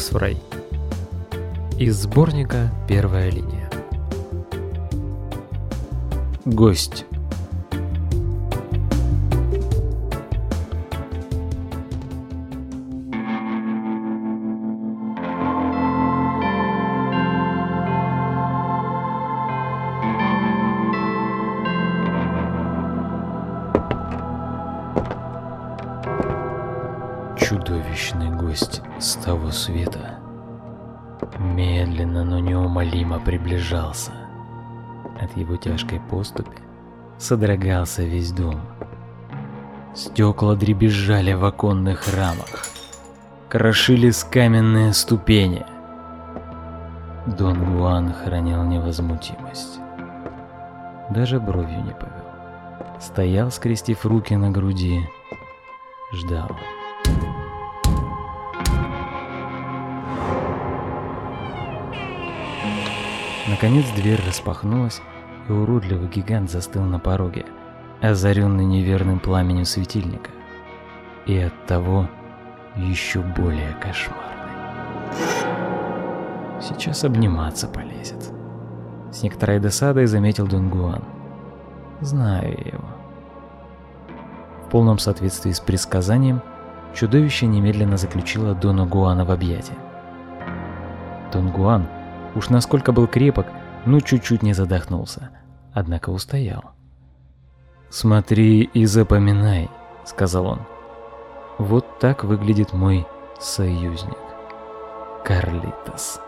вас в рай. Из сборника «Первая линия». Гость. Чудовищный гость с того света медленно, но неумолимо приближался. От его тяжкой поступи содрогался весь дом. Стекла дребезжали в оконных рамах, крошились каменные ступени. Дон Гуан хранил невозмутимость. Даже бровью не повел. Стоял, скрестив руки на груди, ждал. Наконец дверь распахнулась, и уродливый гигант застыл на пороге, озаренный неверным пламенем светильника, и оттого еще более кошмарный. Сейчас обниматься полезет. С некоторой досадой заметил Дон Гуан. Знаю его. В полном соответствии с предсказанием, чудовище немедленно заключило Дона Гуана в объятия. Дон Гуан уж насколько был крепок, но чуть-чуть не задохнулся, однако устоял. «Смотри и запоминай», — сказал он. «Вот так выглядит мой союзник, Карлитос».